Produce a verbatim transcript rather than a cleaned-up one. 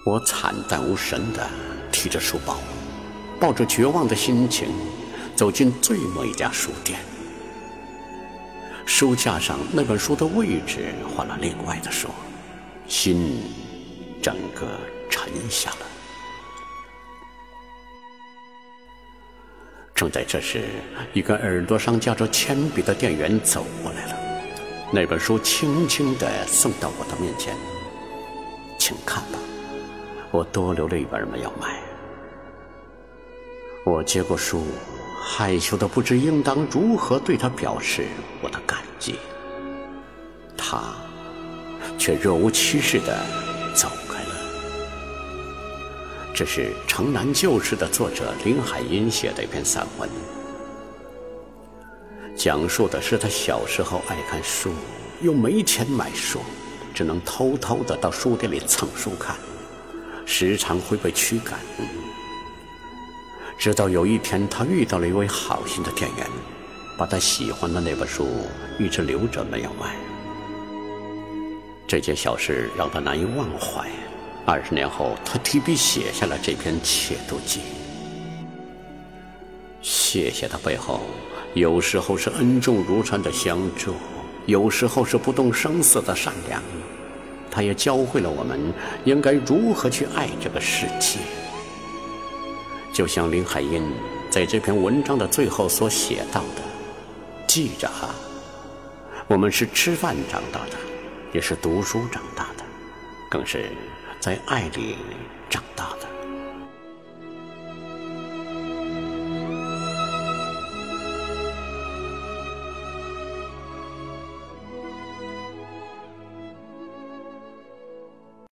我惨淡无神地提着书包，抱着绝望的心情走进最末一家书店。书架上那本书的位置换了另外的书，心整个沉下了。正在这时，一个耳朵上夹着铅笔的店员走过来了，那本书轻轻地送到我的面前，请看吧，我多留了一本没有卖。我接过书，害羞的不知应当如何对他表示我的感激，他却若无其事地走开了。这是《城南旧事》的作者林海音写的一篇散文，讲述的是他小时候爱看书，又没钱买书，只能偷偷地到书店里蹭书看，时常会被驱赶。直到有一天，他遇到了一位好心的店员，把他喜欢的那本书一直留着没有卖。这件小事让他难以忘怀。二十年后，他提笔写下了这篇窃读记。谢谢的背后，有时候是恩重如山的相助，有时候是不动声色的善良。他也教会了我们应该如何去爱这个世界。就像林海音在这篇文章的最后所写到的，记着哈，我们是吃饭长大的，也是读书长大的，更是在爱里长大的。